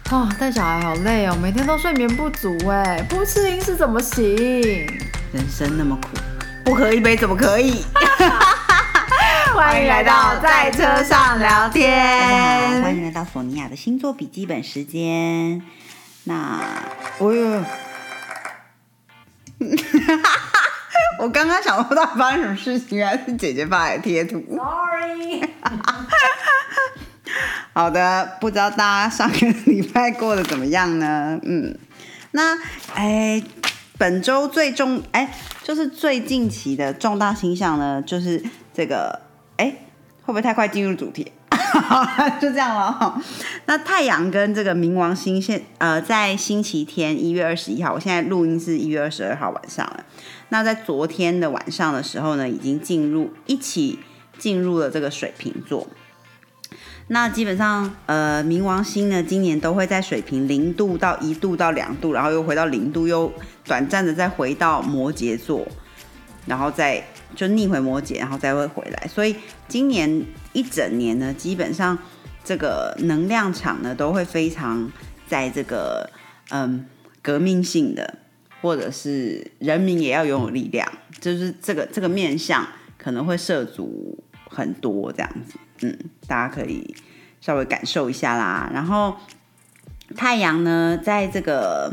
带小孩好累哦，每天都睡眠不足哎，不吃零食怎么行？ 人生那么苦，不喝一杯怎么可以？ 欢迎来到在车上聊天。 大家好，欢迎来到索尼娅的星座笔记本时间。我刚刚想不到发生什么事情，原来是姐姐发来的贴图。 Sorry。 好的，不知道大家上个礼拜过得怎么样呢？本周就是最近期的重大星象呢，就是这个，会不会太快进入主题？就这样了。那太阳跟这个冥王星在星期天1月21号，我现在录音是1月22号晚上了。那在昨天的晚上的时候呢，已经一起进入了这个水瓶座。那基本上，冥王星呢，今年都会在水瓶0度到1度到2度，然后又回到0度，又短暂的再回到摩羯座，然后再就逆回摩羯，然后再会回来。所以今年一整年呢，基本上这个能量场呢，都会非常在这个革命性的，或者是人民也要拥有力量，就是这个面向可能会涉足很多这样子。大家可以稍微感受一下啦。然后太阳呢，在这个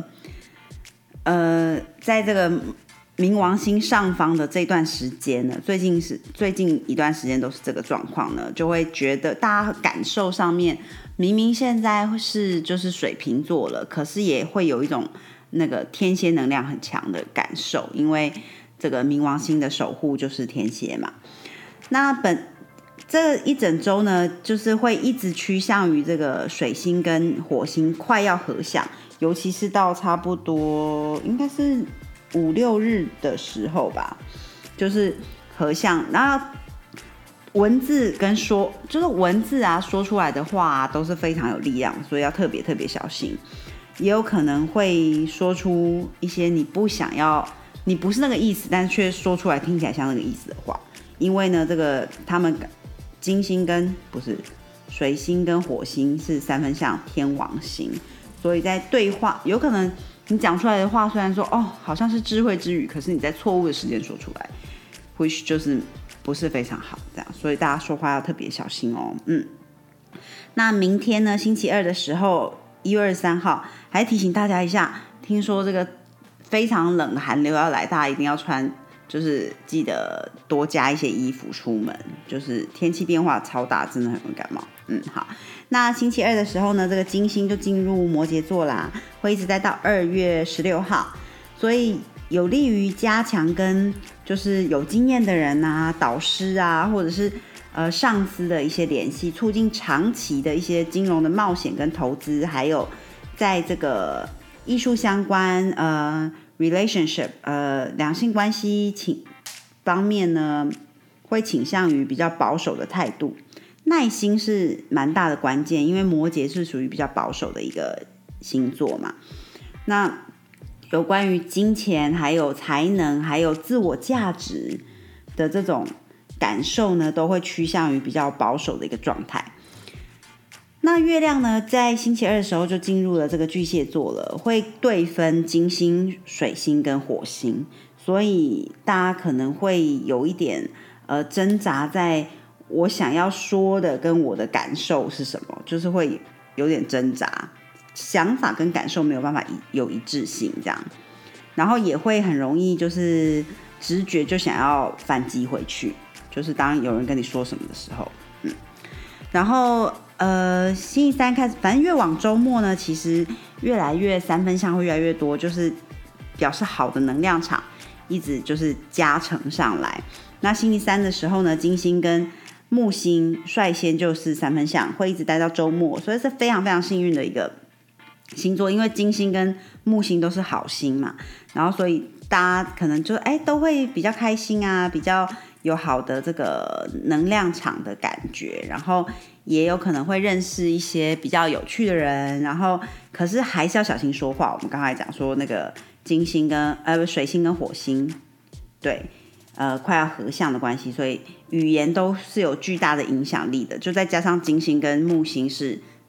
冥王星上方的这段时间呢，最近一段时间都是这个状况呢，就会觉得大家感受上面，明明现在就是水瓶座了，可是也会有一种那个天蝎能量很强的感受，因为这个冥王星的守护就是天蝎嘛。那这一整周呢，就是会一直趋向于这个水星跟火星快要合相，尤其是到差不多应该是5-6日的时候吧，就是合相。然后文字就是文字啊，说出来的话啊，都是非常有力量，所以要特别特别小心，也有可能会说出一些你不是那个意思，但是却说出来听起来像那个意思的话。因为呢，这个他们金星水星跟火星是3分相天王星，所以在对话有可能你讲出来的话虽然说好像是智慧之语，可是你在错误的时间说出来，或许就是不是非常好这样，所以大家说话要特别小心哦。那明天呢，星期二的时候1月23号，还提醒大家一下，听说这个非常冷的寒流要来，大家一定要穿，就是记得多加一些衣服出门，就是天气变化超大，真的很容易感冒。好，那星期二的时候呢，这个金星就进入摩羯座啦，会一直待到2月16号，所以有利于加强跟就是有经验的人啊、导师啊，或者是上司的一些联系，促进长期的一些金融的冒险跟投资，还有在这个艺术相关relationship 两性关系方面呢，会倾向于比较保守的态度。耐心是蛮大的关键，因为摩羯是属于比较保守的一个星座嘛。那有关于金钱还有才能还有自我价值的这种感受呢，都会趋向于比较保守的一个状态。那月亮呢，在星期二的时候就进入了这个巨蟹座了，会对分金星、水星跟火星，所以大家可能会有一点挣扎在我想要说的跟我的感受是什么，就是会有点挣扎，想法跟感受没有办法有一致性这样，然后也会很容易就是直觉就想要反击回去，就是当有人跟你说什么的时候。然后星期三开始，反正越往周末呢，其实越来越3分相会越来越多，就是表示好的能量场一直就是加成上来。那星期三的时候呢，金星跟木星率先就是3分相，会一直待到周末，所以是非常非常幸运的一个星座，因为金星跟木星都是好星嘛，然后所以大家可能就都会比较开心啊，比较有好的这个能量场的感觉，然后也有可能会认识一些比较有趣的人，然后可是还是要小心说话。我们刚才讲说那个金星跟水星跟火星，对，快要合相的关系，所以语言都是有巨大的影响力的。就再加上金星跟木星是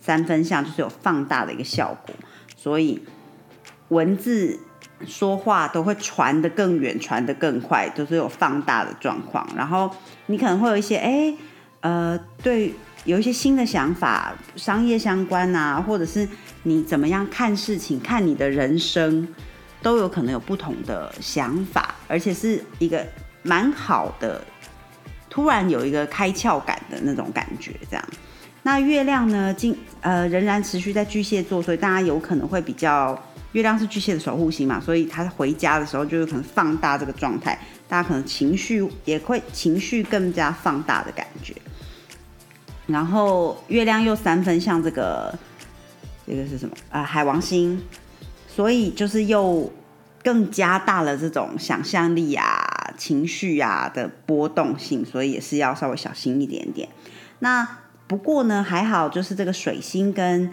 三分相就是有放大的一个效果，所以文字说话都会传得更远，传得更快，都是有放大的状况。然后你可能会有一些对，有一些新的想法，商业相关啊，或者是你怎么样看事情，看你的人生，都有可能有不同的想法，而且是一个蛮好的，突然有一个开窍感的那种感觉，这样。那月亮呢，仍然持续在巨蟹座，所以大家有可能会比较，月亮是巨蟹的守护星嘛，所以他回家的时候就有可能放大这个状态，大家可能情绪更加放大的感觉。然后月亮又三分像这个是什么海王星，所以就是又更加大了这种想象力啊、情绪啊的波动性，所以也是要稍微小心一点点。那不过呢，还好就是这个水星跟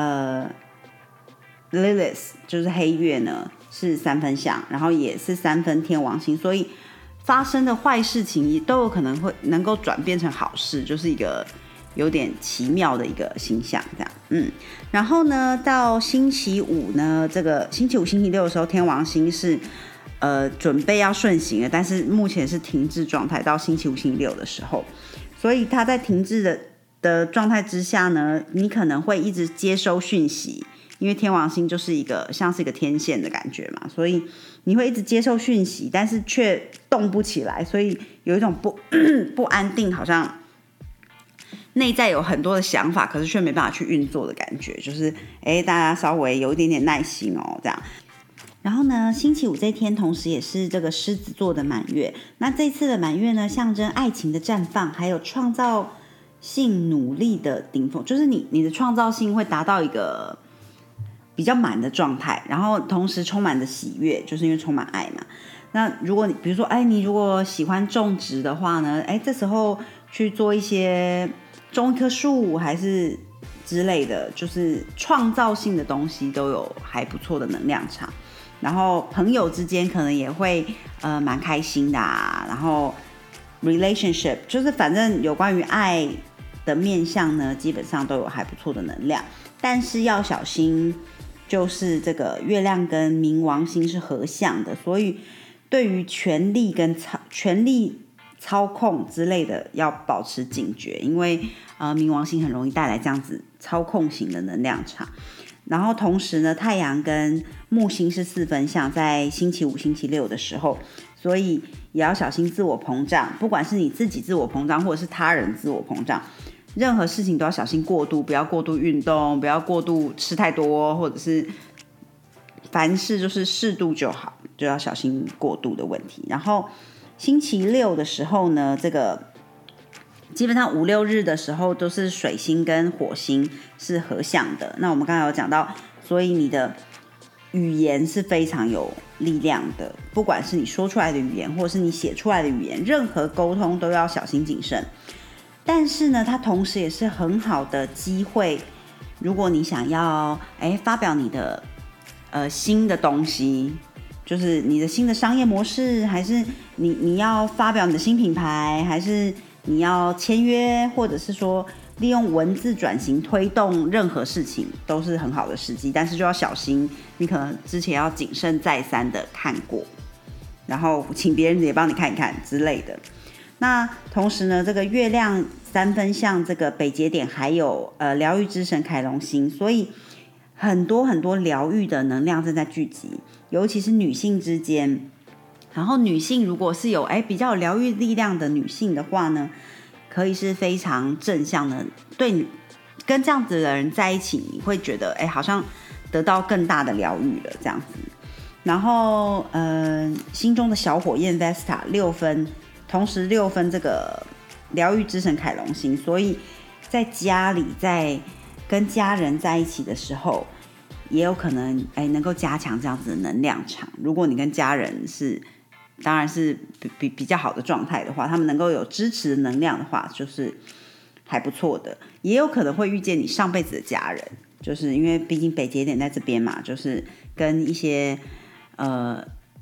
Lilith 就是黑月呢是三分相，然后也是三分天王星，所以发生的坏事情也都有可能会能够转变成好事，就是一个有点奇妙的一个星象这样。然后呢，到星期五呢，这个星期五、星期六的时候，天王星是准备要顺行了，但是目前是停滞状态，到星期五、星期六的时候，所以它在停滞的状态之下呢，你可能会一直接收讯息，因为天王星就是像是一个天线的感觉嘛，所以你会一直接受讯息，但是却动不起来，所以有一种不安定，好像内在有很多的想法，可是却没办法去运作的感觉，就是大家稍微有一点点耐心哦，这样。然后呢，星期五这天同时也是这个狮子座的满月，那这次的满月呢，象征爱情的绽放，还有创造性努力的顶峰，就是你的创造性会达到一个比较满的状态，然后同时充满着喜悦，就是因为充满爱嘛。那如果你比如说你如果喜欢种植的话呢，这时候去做一些种一棵树还是之类的，就是创造性的东西都有还不错的能量场。然后朋友之间可能也会蛮开心的啊，然后 relationship 就是反正有关于爱的面向呢，基本上都有还不错的能量，但是要小心，就是这个月亮跟冥王星是合相的，所以对于权力操控之类的要保持警觉，因为冥王星很容易带来这样子操控型的能量场。然后同时呢，太阳跟木星是四分相，在星期五、星期六的时候，所以也要小心自我膨胀，不管是你自己自我膨胀，或者是他人自我膨胀，任何事情都要小心过度，不要过度运动，不要过度吃太多，或者是凡事就是适度就好，就要小心过度的问题。然后星期六的时候呢，这个基本上5、6日的时候都是水星跟火星是合相的。那我们刚才有讲到，所以你的语言是非常有力量的，不管是你说出来的语言，或者是你写出来的语言，任何沟通都要小心谨慎。但是呢，它同时也是很好的机会，如果你想要发表你的新的东西，就是你的新的商业模式，还是你要发表你的新品牌，还是你要签约，或者是说利用文字转型推动任何事情，都是很好的时机，但是就要小心，你可能之前要谨慎再三的看过，然后请别人也帮你看一看之类的。那同时呢，这个月亮三分像这个北节点，还有疗愈之神凯龙星，所以很多很多疗愈的能量正在聚集，尤其是女性之间。然后女性如果是有比较有疗愈力量的女性的话呢，可以是非常正向的，对你跟这样子的人在一起，你会觉得好像得到更大的疗愈了这样子。然后心中的小火焰 Vesta 6分，同时6分这个疗愈之神凯龙星，所以在家里在跟家人在一起的时候，也有可能能够加强这样子的能量场。如果你跟家人是当然是比较好的状态的话，他们能够有支持的能量的话，就是还不错的。也有可能会遇见你上辈子的家人，就是因为毕竟北节点在这边嘛，就是跟一些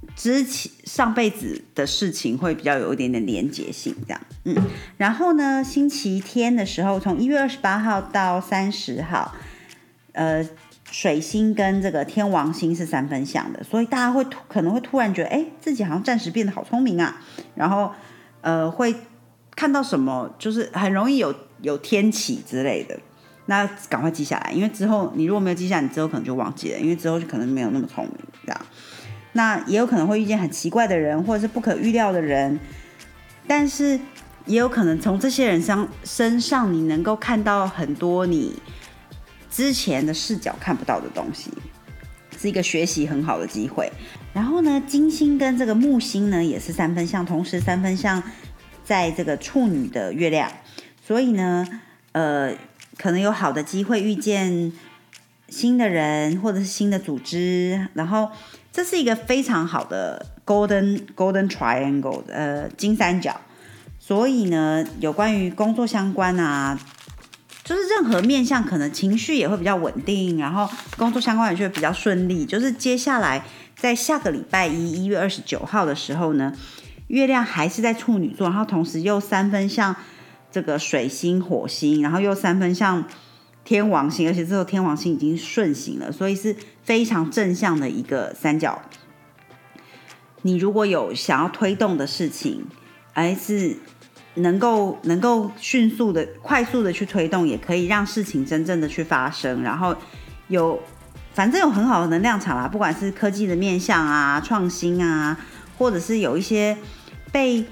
上辈子的事情会比较有一点点连结性，这样。然后呢，星期天的时候，从1月28号到30号，水星跟这个天王星是3分相的，所以大家可能会突然觉得，自己好像暂时变得好聪明啊，然后会看到什么，就是很容易有天启之类的，那赶快记下来，因为之后你如果没有记下来，你之后可能就忘记了，因为之后就可能没有那么聪明这样。那也有可能会遇见很奇怪的人，或者是不可预料的人，但是也有可能从这些人身上，你能够看到很多你之前的视角看不到的东西，是一个学习很好的机会。然后呢，金星跟这个木星呢也是3分相，同时3分相在这个处女的月亮，所以呢，可能有好的机会遇见新的人或者是新的组织，然后这是一个非常好的 golden triangle 金三角，所以呢，有关于工作相关啊，就是任何面向可能情绪也会比较稳定，然后工作相关也就会比较顺利。就是接下来在下个礼拜1月29号的时候呢，月亮还是在处女座，然后同时又3分相这个水星、火星，然后又3分相天王星，而且这个天王星已经顺行了，所以是非常正向的一个三角。你如果有想要推动的事情，是能够迅速的、快速的去推动，也可以让事情真正的去发生，然后反正有很好的能量场啦，不管是科技的面向啊、创新啊，或者是有一些被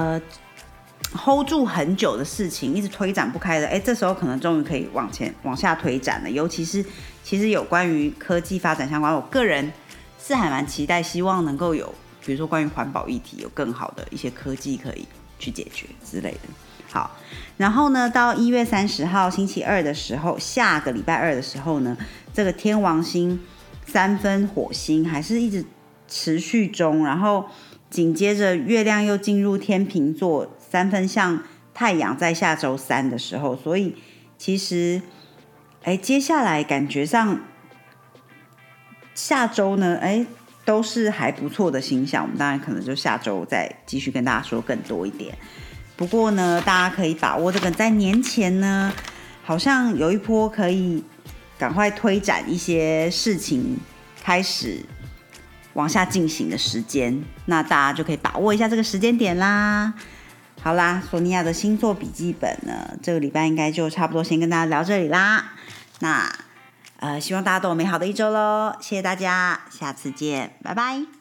hold 住很久的事情，一直推展不开的，这时候可能终于可以往下推展了。尤其是其实有关于科技发展相关，我个人是还蛮期待，希望能够有，比如说关于环保议题，有更好的一些科技可以去解决之类的。好，然后呢，到1月30号星期二的时候，下个礼拜二的时候呢，这个天王星3分火星还是一直持续中，然后紧接着月亮又进入天秤座，3分相太阳在下周3的时候，所以其实接下来感觉上下周呢都是还不错的星象，我们当然可能就下周再继续跟大家说更多一点。不过呢，大家可以把握这个在年前呢，好像有一波可以赶快推展一些事情开始往下进行的时间，那大家就可以把握一下这个时间点啦。好啦，索尼娅的星座笔记本呢，这个礼拜应该就差不多先跟大家聊这里啦。那希望大家都有美好的一周咯，谢谢大家，下次见，拜拜。